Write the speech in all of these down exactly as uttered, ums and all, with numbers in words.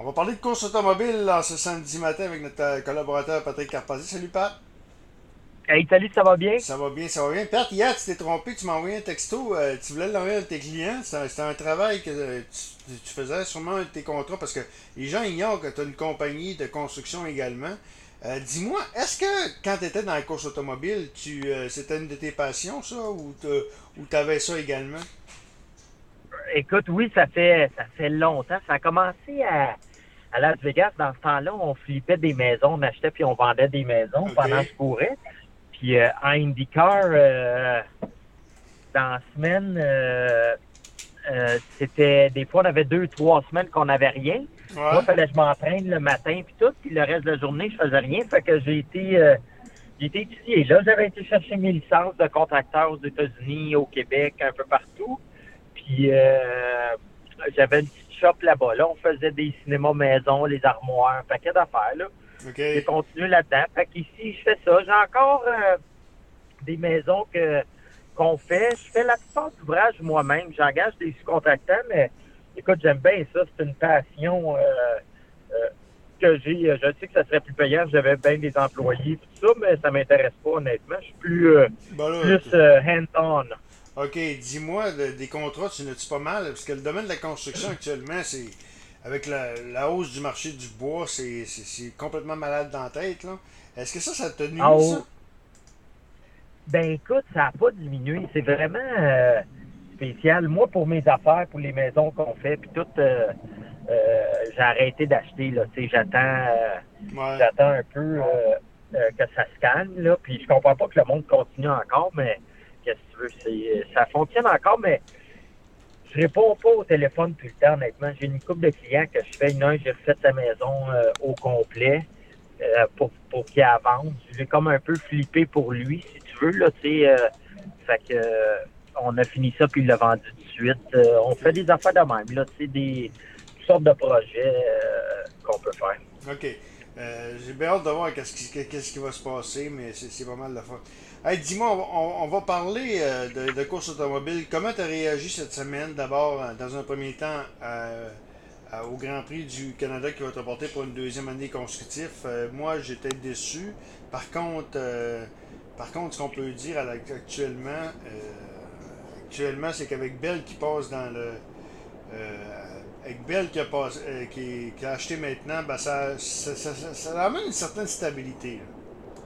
On va parler de course automobile en ce samedi matin avec notre euh, collaborateur Patrick Carpazzi. Salut Pat. Hey, salut, ça va bien? Ça va bien, ça va bien. Pat, hier tu t'es trompé, tu m'as envoyé un texto, euh, tu voulais l'envoyer à tes clients. C'était un, c'était un travail que euh, tu, tu faisais sûrement un de tes contrats parce que les gens ignorent que tu as une compagnie de construction également. Euh, dis-moi, est-ce que quand tu étais dans la course automobile, tu euh, c'était une de tes passions, ça, ou tu avais ça également? Écoute, oui, ça fait ça fait longtemps. Ça a commencé à, à Las Vegas. Dans ce temps-là, on flippait des maisons, on achetait puis on vendait des maisons OK. pendant que je courais. Puis euh, à IndyCar, euh, dans la semaine, euh, euh, c'était des fois on avait deux, trois semaines qu'on n'avait rien. Moi, Ouais. il fallait que je m'entraîne le matin puis tout, puis le reste de la journée, je faisais rien. Fait que j'ai été euh, j'ai été étudié. Là, j'avais été chercher mes licences de contracteur aux États-Unis, au Québec, un peu partout. Puis euh, j'avais une petite shop là-bas. Là, on faisait des cinémas maison, les armoires, un paquet d'affaires. Là. J'ai OK. continué là-dedans. Fait qu'ici, je fais ça. J'ai encore euh, des maisons que qu'on fait. Je fais la plupart d'ouvrages moi-même. J'engage des sous-contractants, mais écoute, j'aime bien ça. C'est une passion euh, euh, que j'ai. Je sais que ça serait plus payant si j'avais bien des employés tout ça, mais ça m'intéresse pas, honnêtement. Je suis plus, euh, Ben là, plus euh, hands-on. OK, dis-moi, de- des contrats, tu n'as-tu pas mal? Parce que le domaine de la construction actuellement, c'est avec la, la hausse du marché du bois, c'est c'est- c'est complètement malade dans la tête, là. Est-ce que ça, ça te En nuit, ça? haut, ben écoute, ça n'a pas diminué. C'est vraiment euh, spécial. Moi, pour mes affaires, pour les maisons qu'on fait, puis tout, euh, euh, j'ai arrêté d'acheter. Là, tu sais, j'attends, euh, Ouais. j'attends un peu euh, euh, que ça se calme. Là, puis je comprends pas que le monde continue encore, mais qu'est-ce que tu veux, c'est, ça fonctionne encore, mais je réponds pas au téléphone tout le temps, honnêtement. J'ai une couple de clients que je fais. Une, un, j'ai refait sa maison euh, au complet euh, pour, pour qu'il avance. Je l'ai comme un peu flippé pour lui, si tu veux, là, tu sais. Euh, fait que, euh, on a fini ça, puis il l'a vendu tout de suite. Euh, on fait des affaires de même, là, tu sais, des toutes sortes de projets euh, qu'on peut faire. OK. Euh, j'ai bien hâte de voir qu'est-ce qui, qu'est-ce qui va se passer, mais c'est c'est pas mal de fun. Hey, dis-moi, on, va on- on va parler euh, de, de course automobile. Comment tu as réagi cette semaine, d'abord, euh, dans un premier temps, euh, euh, au Grand Prix du Canada qui va te porter pour une deuxième année consécutive? Euh, moi, j'étais déçu. Par contre, euh, par contre, ce qu'on peut dire à la- actuellement, euh, actuellement, c'est qu'avec Bell qui passe dans le, euh, avec Bell qui a, passé, euh, qui, qui a acheté maintenant, ben ça, ça, ça, ça- ça amène une certaine stabilité, là.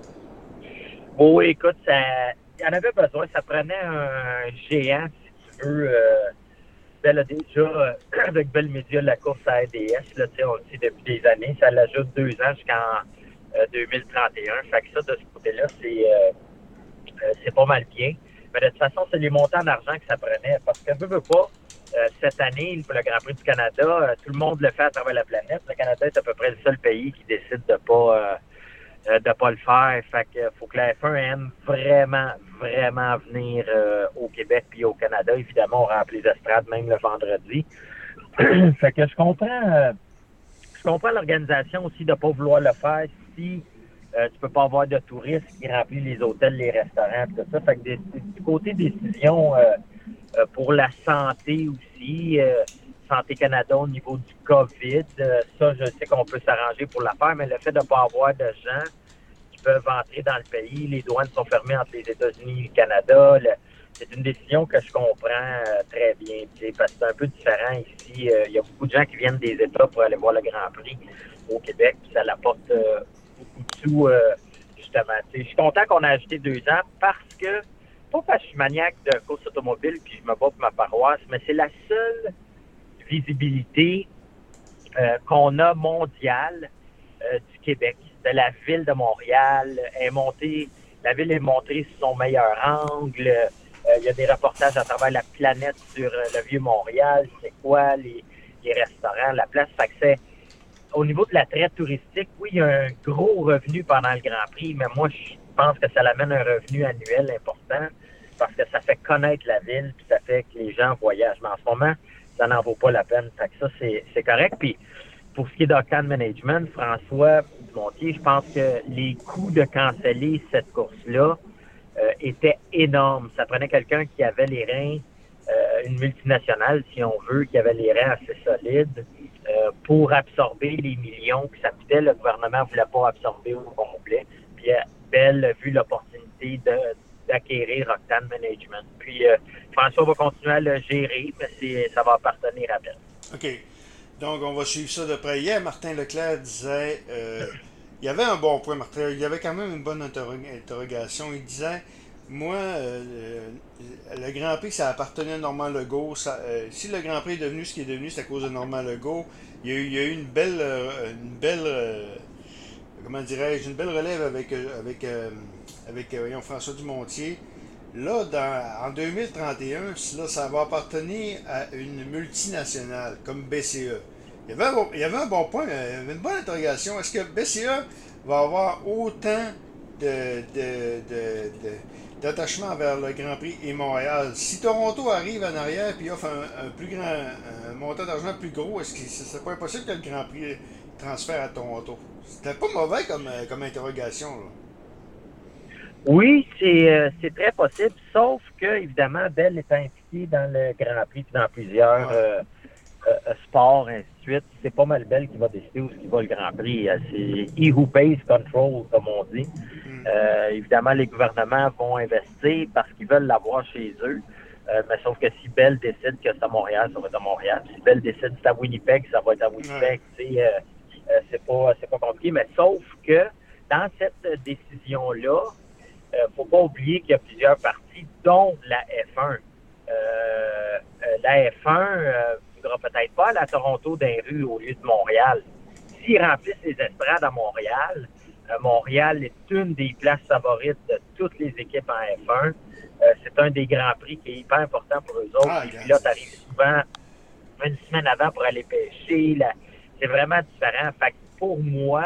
Bon, écoute, ça, il y en avait besoin. Ça prenait un géant, si tu veux. Euh, Bell a déjà, euh, avec Bell Media, la course à A D S, là, tu sais, on le sait depuis des années, ça l'ajoute deux ans jusqu'en euh, deux mille trente et un. Fait que ça, de ce côté-là, c'est euh, euh, c'est pas mal bien. Mais de toute façon, c'est les montants d'argent que ça prenait. Parce que, veut, veut pas, euh, cette année, pour le Grand Prix du Canada, euh, tout le monde le fait à travers la planète. Le Canada est à peu près le seul pays qui décide de pas euh, euh, de pas le faire. Fait que faut que la F un aime vraiment, vraiment venir euh, au Québec puis au Canada. Évidemment, on remplit les estrades même le vendredi. Fait que je comprends euh, je comprends l'organisation aussi de ne pas vouloir le faire si euh, tu peux pas avoir de touristes qui remplissent les hôtels, les restaurants, tout ça. Fait que des, du côté décision euh, euh, pour la santé aussi, euh, Santé Canada au niveau du COVID, euh, ça, je sais qu'on peut s'arranger pour la faire, mais le fait de ne pas avoir de gens qui peuvent entrer dans le pays, les douanes sont fermées entre les États-Unis et le Canada, le, c'est une décision que je comprends euh, très bien, parce que c'est un peu différent ici. Euh, il y a beaucoup de gens qui viennent des États pour aller voir le Grand Prix au Québec, puis ça l'apporte euh, beaucoup de sous, euh, justement. T'sais, je suis content qu'on a ajouté deux ans parce que, pas parce que je suis maniaque de course automobile puis je me bats pour ma paroisse, mais c'est la seule visibilité euh, qu'on a mondiale euh, du Québec, de la ville de Montréal, est montée, la ville est montée sur son meilleur angle. Euh, il y a des reportages à travers la planète sur euh, le vieux Montréal, c'est quoi les, les restaurants, la place. Fait que c'est au niveau de l'attrait touristique, oui, il y a un gros revenu pendant le Grand Prix, mais moi, je pense que ça l'amène un revenu annuel important parce que ça fait connaître la ville puis ça fait que les gens voyagent. Mais en ce moment, ça n'en vaut pas la peine. Fait que ça, c'est, c'est correct. Puis pour ce qui est d'Octane Management, François Dumontier, je pense que les coûts de canceller cette course-là euh, étaient énormes. Ça prenait quelqu'un qui avait les reins, euh, une multinationale, si on veut, qui avait les reins assez solides euh, pour absorber les millions que ça coûtait. Le gouvernement ne voulait pas absorber au complet. Puis euh, Bell a vu l'opportunité de, d'acquérir Octane Management. Puis euh, François va continuer à le gérer, mais c'est, ça va appartenir à Bell. OK. Donc, on va suivre ça de près. Hier, Martin Leclerc disait, euh, il y avait un bon point, Martin, il y avait quand même une bonne interro- interrogation. Il disait, moi, euh, le, le Grand Prix, ça appartenait à Normand Legault. Ça, euh, si le Grand Prix est devenu ce qu'il est devenu, c'est à cause de Normand Legault. Il y a eu, il y a eu une belle, euh, une belle, euh, comment dirais-je, une belle relève avec, euh, avec, euh, avec euh, voyons, François Dumontier. Là, dans, en deux mille trente et un, là, ça va appartenir à une multinationale comme B C E. Il y avait un bon, il y avait un bon point, il y avait une bonne interrogation. Est-ce que B C E va avoir autant de, de, de, de- d'attachement vers le Grand Prix et Montréal? Si Toronto arrive en arrière et offre un, un plus grand un montant d'argent plus gros, est-ce que ce serait pas impossible que le Grand Prix transfère à Toronto? C'était pas mauvais comme, comme interrogation, là. Oui, c'est, euh, c'est très possible, sauf que, évidemment, Bell est impliqué dans le Grand Prix puis dans plusieurs Ouais. euh, euh, sports, ainsi de suite. C'est pas mal Bell qui va décider où ce qui va le Grand Prix. Euh, C'est he who pays control, comme on dit. Hmm. Euh, évidemment, les gouvernements vont investir parce qu'ils veulent l'avoir chez eux. Euh, mais sauf que si Bell décide que c'est à Montréal, ça va être à Montréal. Si Bell décide que c'est à Winnipeg, ça va être à Winnipeg. Tu sais, euh, euh, c'est pas, c'est pas compliqué. Mais sauf que dans cette décision-là, euh, faut pas oublier qu'il y a plusieurs parties, dont la F un. Euh, euh, la F un euh, voudra peut-être pas aller à Toronto d'un rue au lieu de Montréal. S'ils remplissent les estrades à Montréal, euh, Montréal est une des places favorites de toutes les équipes en F un. Euh, c'est un des grands prix qui est hyper important pour eux autres. Ah, Les regarde. pilotes arrivent souvent une semaine avant pour aller pêcher. Là. C'est vraiment différent. Fait que pour moi,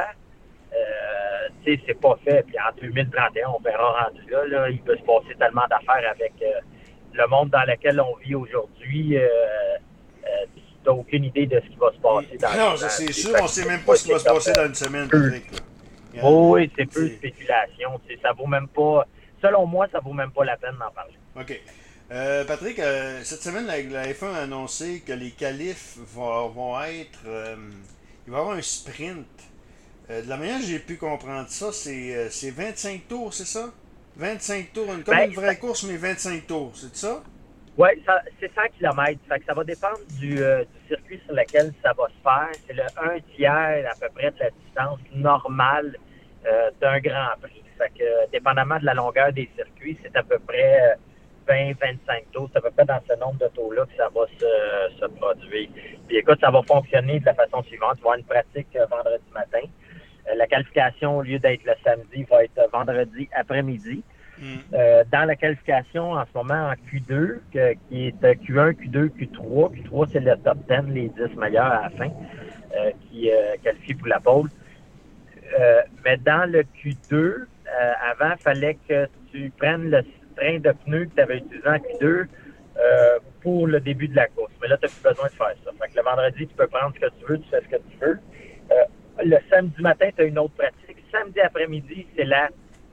euh, tu sais, c'est pas fait. Puis en deux mille trente et un, on verra rendu là, là. Il peut se passer tellement d'affaires avec euh, le monde dans lequel on vit aujourd'hui. Euh, euh, tu n'as aucune idée de ce qui va se passer dans Non, le ça temps. c'est Fait sûr, que on sait c'est même pas ce qui va se comme, passer euh, dans une semaine, Patrick. Là. Regarde, Oh oui, c'est peu c'est- spéculation. Tu sais, ça vaut même pas. Selon moi, ça vaut même pas la peine d'en parler. OK. Euh, Patrick, euh, cette semaine, la, la F un a annoncé que les qualifs vont, vont être. euh, il va y avoir un sprint. Euh, de la manière que j'ai pu comprendre ça, c'est euh, c'est vingt-cinq tours, c'est ça? vingt-cinq tours, une- comme Ben, une vraie course, mais vingt-cinq tours, c'est ça? Oui, c'est cent kilomètres. Fait que ça va dépendre du, euh, du circuit sur lequel ça va se faire. C'est le un tiers à peu près de la distance normale euh, d'un Grand Prix. Fait que, euh, dépendamment de la longueur des circuits, c'est à peu près euh, vingt à vingt-cinq tours. C'est à peu près dans ce nombre de tours-là que ça va se, se produire. Puis écoute, ça va fonctionner de la façon suivante. Il va y avoir une pratique euh, vendredi matin. Euh, la qualification, au lieu d'être le samedi, va être vendredi après-midi. Hmm. Euh, dans la qualification en ce moment en Q deux, que, qui est euh, Q un, Q deux, Q trois. Q trois, c'est le top dix, les dix meilleurs à la fin, euh, qui euh, qualifient pour la pole. Euh, mais dans le Q deux, euh, avant, il fallait que tu prennes le train de pneus que tu avais utilisé en Q deux euh, pour le début de la course. Mais là, tu n'as plus besoin de faire ça. Fait que le vendredi, tu peux prendre ce que tu veux, tu fais ce que tu veux. Euh, le samedi matin, tu as une autre pratique. Samedi après-midi, c'est la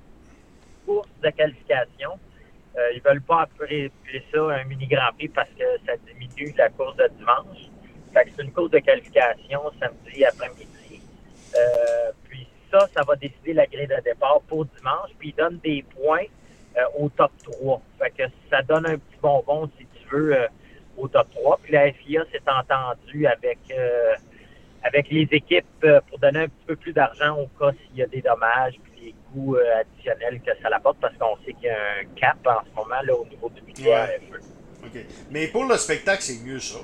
course de qualification. Euh, ils veulent pas appeler ça un mini Grand Prix parce que ça diminue la course de dimanche. Fait que c'est une course de qualification samedi après-midi. Euh, puis ça, ça va décider la grille de départ pour dimanche. Puis ils donnent des points euh, au top trois. Fait que ça donne un petit bonbon, si tu veux, euh, au top trois. Puis la F I A s'est entendue avec euh, avec les équipes euh, pour donner un petit peu plus d'argent au cas s'il y a des dommages puis des coûts euh, additionnels que ça apporte parce qu'on sait qu'il y a un cap en ce moment là, au niveau du budget à Ouais. F un. OK. Mais pour le spectacle, c'est mieux ça.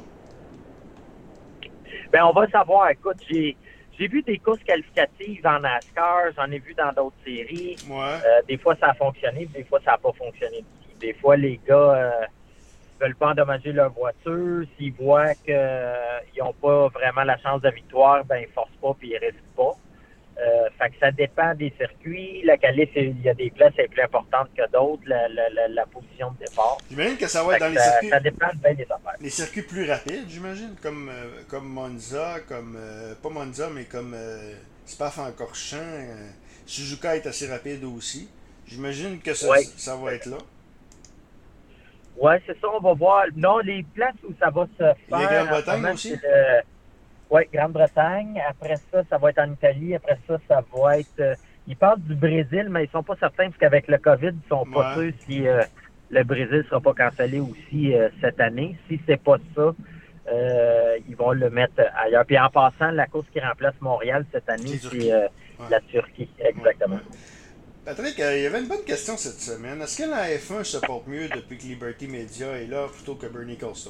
Ben, on va savoir. Écoute, j'ai j'ai vu des courses qualificatives en NASCAR, j'en ai vu dans d'autres séries. Ouais. Euh, des fois, ça a fonctionné, des fois, ça n'a pas fonctionné du tout. Des fois, les gars euh, veulent pas endommager leur voiture. S'ils voient qu'ils n'ont pas vraiment la chance de victoire, ben ils forcent pas puis ils risquent pas. Euh, fait que ça dépend des circuits. La qualif, il y a des places qui sont plus importantes que d'autres, la, la, la, la position de départ. J'imagine que ça va Fait être dans que les ça, circuits. ça dépend de bien des affaires. Les circuits plus rapides, j'imagine, comme, euh, comme Monza, comme euh, pas Monza, mais comme euh, Spa-Francorchamps. Euh, Suzuka est assez rapide aussi. J'imagine que ça, Ouais. ça va être là. Oui, c'est ça, on va voir. Non, les places où ça va se faire. Il y a Grande-Bretagne en ce moment, aussi? c'est le- ouais, Grande-Bretagne. Après ça, ça va être en Italie. Après ça, ça va être... Euh, ils parlent du Brésil, mais ils sont pas certains parce qu'avec le COVID, ils sont pas Ouais. sûrs si euh, le Brésil sera pas cancellé aussi euh, cette année. Si c'est pas ça, euh, ils vont le mettre ailleurs. Puis en passant, la course qui remplace Montréal cette année, C'est c'est Turquie. euh, Ouais. la Turquie. Ouais, Exactement. ouais. Patrick, euh, il y avait une bonne question cette semaine. Est-ce que la F un se porte mieux depuis que Liberty Media est là plutôt que Bernie Colston?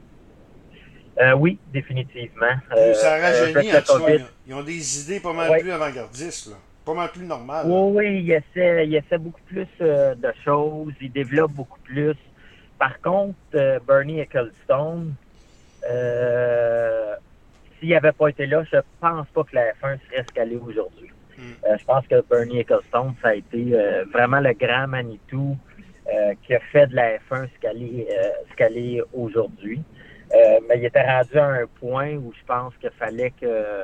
Euh, oui, définitivement. Plus Euh, ça euh, avec rajeunit, en le tout cas, COVID, ils ont, ils ont des idées pas mal oui. plus avant-gardistes, là. Pas mal plus normales, là. Oui, oui, il essaie, il essaie beaucoup plus euh, de choses, il développe beaucoup plus. Par contre, euh, Bernie Ecclestone, euh, s'il n'avait pas été là, je pense pas que la F un serait ce qu'elle est aujourd'hui. Hmm. Euh, je pense que Bernie Ecclestone, ça a été euh, vraiment le grand Manitou euh, qui a fait de la F un ce qu'elle est, euh, ce qu'elle est aujourd'hui. Euh, mais il était rendu à un point où je pense qu'il fallait que euh,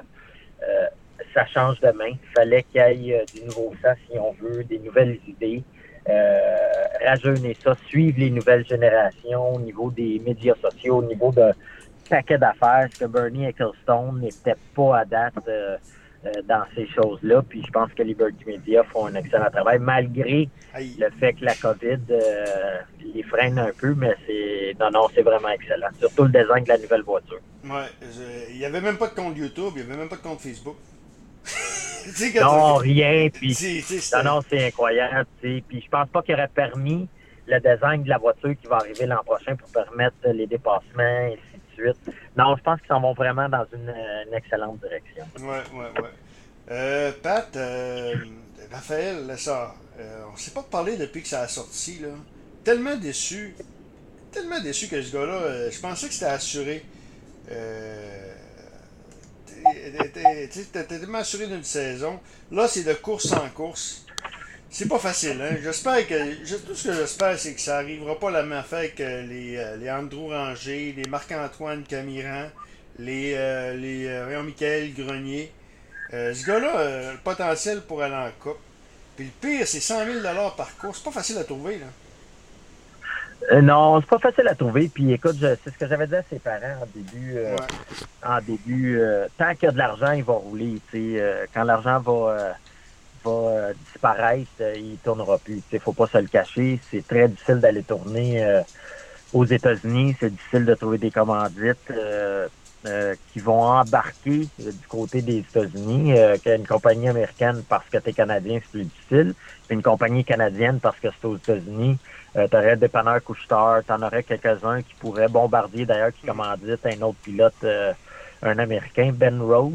ça change de main. Il fallait qu'il y ait euh, du nouveau sang, si on veut, des nouvelles idées. Euh, rajeunir ça, suivre les nouvelles générations au niveau des médias sociaux, au niveau d'un paquet d'affaires, ce que Bernie Ecclestone n'était pas à date euh, euh, dans ces choses-là. Puis je pense que Liberty Media font un excellent travail, malgré Aïe. le fait que la COVID euh, les freine un peu, mais c'est non, non, c'est vraiment excellent. Surtout le design de la nouvelle voiture. Ouais, je- il n'y avait même pas de compte YouTube, il n'y avait même pas de compte Facebook. Tu sais, quand Non, tu- rien, puis tu sais, tu sais, non, c'était. non, c'est incroyable, tu sais. Puis je pense pas qu'il aurait permis le design de la voiture qui va arriver l'an prochain pour permettre les dépassements, et ainsi de suite. Non, je pense qu'ils s'en vont vraiment dans une, une excellente direction. Ouais, ouais, ouais. Euh, Pat, euh, Raphaël Lessard, euh, on s'est pas parlé depuis que ça a sorti, là. Tellement déçu, tellement déçu que ce gars-là, euh, je pensais que c'était assuré. Euh, t'es- t'es- t'es- T'es tellement assuré d'une saison. Là, c'est de course en course. C'est pas facile, hein. J'espère que. je- Tout ce que j'espère, c'est que ça arrivera pas la même affaire que les, euh, les Andrew Ranger, les Marc-Antoine Camiran, les, euh, les euh, voyons, Michael Grenier. Euh, ce gars-là a le potentiel pour aller en coupe. Puis le pire, c'est cent mille dollars par course. C'est pas facile à trouver, là. Euh, non, c'est pas facile à trouver. Puis écoute, je- c'est ce que j'avais dit à ses parents en début. Euh, Ouais. en début, euh, tant qu'il y a de l'argent, il va rouler. Tu sais, euh, quand l'argent va, euh, va euh, disparaître, euh, il tournera plus. Il faut pas se le cacher. C'est très difficile d'aller tourner euh, aux États-Unis. C'est difficile de trouver des commandites euh, euh, qui vont embarquer euh, du côté des États-Unis. Euh, qu'une compagnie américaine parce que tu es Canadien, c'est plus difficile. Puis une compagnie canadienne parce que c'est aux États-Unis. Euh, tu aurais Dépanneur Couche-Tard, tu en aurais quelques-uns qui pourraient bombarder, d'ailleurs, qui Mm. commandite un autre pilote, euh, un Américain, Ben Rhodes.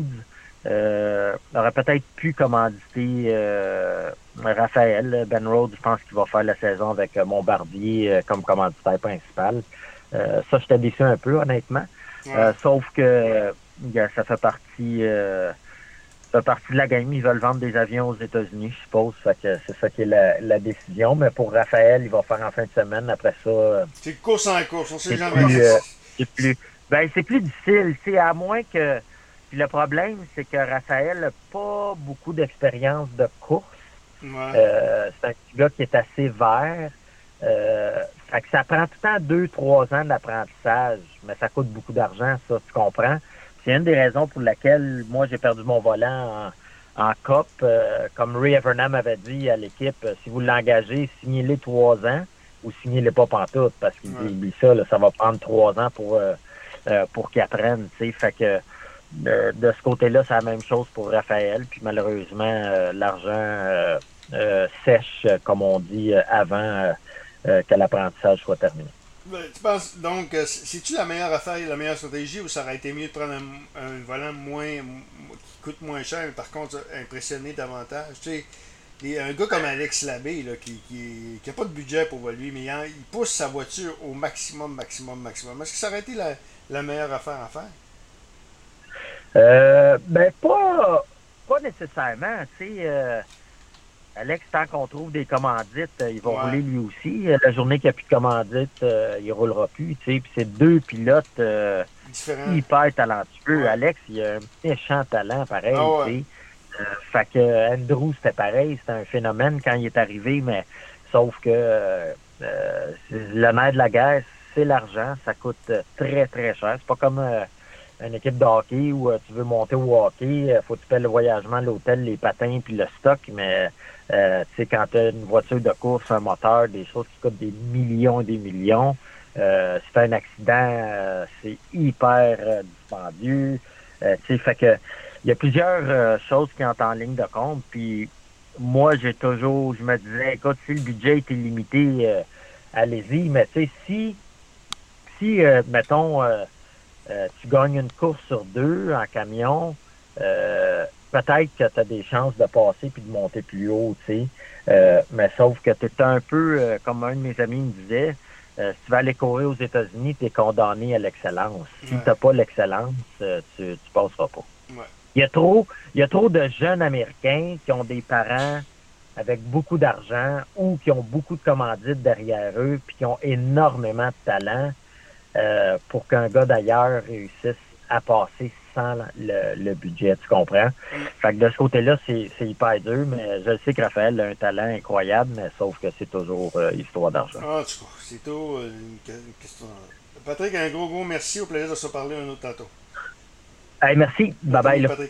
Euh, aurait peut-être pu commanditer euh, Raphaël. Ben Rhodes, je pense qu'il va faire la saison avec euh, Bombardier euh, comme commanditaire principal. Euh, ça, j'étais déçu un peu, honnêtement. Ouais. Euh, sauf que euh, ça fait partie euh, ça fait partie de la game. Ils veulent vendre des avions aux États-Unis, je suppose. Fait que c'est ça qui est la, la décision. Mais pour Raphaël, il va faire en fin de semaine. Après ça, euh, C'est de course en course. On sait c'est jamais. plus, euh, c'est plus, ben c'est plus difficile. Tu sais, à moins que. Puis le problème, c'est que Raphaël n'a pas beaucoup d'expérience de course. Ouais. Euh, c'est un petit gars qui est assez vert. Euh, fait que ça prend tout le temps deux, trois ans d'apprentissage, mais ça coûte beaucoup d'argent, ça, tu comprends? C'est une des raisons pour laquelle moi j'ai perdu mon volant en, en COP. Euh, comme Ray Evernham avait dit à l'équipe, euh, si vous l'engagez, signez-les trois ans ou signez-les pas pantoute, parce qu'il Ouais. dit, oublie ça, là, ça va prendre trois ans pour, euh, euh, pour qu'il apprenne, tu sais. Fait que de, de ce côté-là, c'est la même chose pour Raphaël. Puis malheureusement, euh, l'argent euh, euh, sèche, euh, comme on dit, euh, avant euh, euh, que l'apprentissage soit terminé. Ben, tu penses donc, euh, c'est-tu la meilleure affaire, la meilleure stratégie, ou ça aurait été mieux de prendre un, un volant moins m- qui coûte moins cher, mais par contre impressionner davantage? Tu sais, les- un gars comme Alex Labbé, là, qui, qui, qui a pas de budget pour lui, mais il, il pousse sa voiture au maximum, maximum, maximum. Est-ce que ça aurait été la, la meilleure affaire à faire? Euh, ben, pas, pas nécessairement. Tu sais, euh, Alex, tant qu'on trouve des commandites, euh, il va Ouais. rouler lui aussi. Euh, La journée qu'il n'y a plus de commandites, euh, il roulera plus. Tu sais, puis c'est deux pilotes euh, Différent. hyper talentueux. Ouais. Alex, il a un méchant talent, pareil. Ah ouais. Tu sais. Euh, fait que Andrew, c'était pareil. C'était un phénomène quand il est arrivé, mais sauf que euh, euh, c'est- le nerf de la guerre, c'est l'argent. Ça coûte euh, très, très cher. C'est pas comme... euh, une équipe de hockey ou euh, tu veux monter au hockey, euh, faut que tu paies le voyagement, l'hôtel, les patins puis le stock, mais euh, tu sais, quand tu as une voiture de course, un moteur, des choses qui coûtent des millions et des millions, euh, si tu as un accident, euh, c'est hyper euh, dispendieux. Euh, tu sais, fait que il y a plusieurs euh, choses qui entrent en ligne de compte, puis moi, j'ai toujours, je me disais, écoute, si le budget était limité, euh, allez-y, mais tu sais, si, si, euh, mettons, euh, euh, tu gagnes une course sur deux en camion, euh, peut-être que tu as des chances de passer puis de monter plus haut, tu sais. Euh, mais sauf que tu es un peu, euh, comme un de mes amis me disait, euh, si tu vas aller courir aux États-Unis, tu es condamné à l'excellence. Si tu Ouais. n'as pas l'excellence, euh, tu ne passeras pas. Ouais. Il y a trop, il y a trop de jeunes Américains qui ont des parents avec beaucoup d'argent ou qui ont beaucoup de commandites derrière eux puis qui ont énormément de talent euh, pour qu'un gars d'ailleurs réussisse à passer sans le, le budget, tu comprends? Mm. Fait que de ce côté-là, c'est, c'est hyper dur, mais je sais que Raphaël a un talent incroyable, mais sauf que c'est toujours euh, histoire d'argent. Ah, en tout cas, c'est tout euh, une, une question. Patrick, un gros, gros merci. Au plaisir de se parler un autre tantôt. Hey, merci. Bonne Bye bye journée, là. Patrick.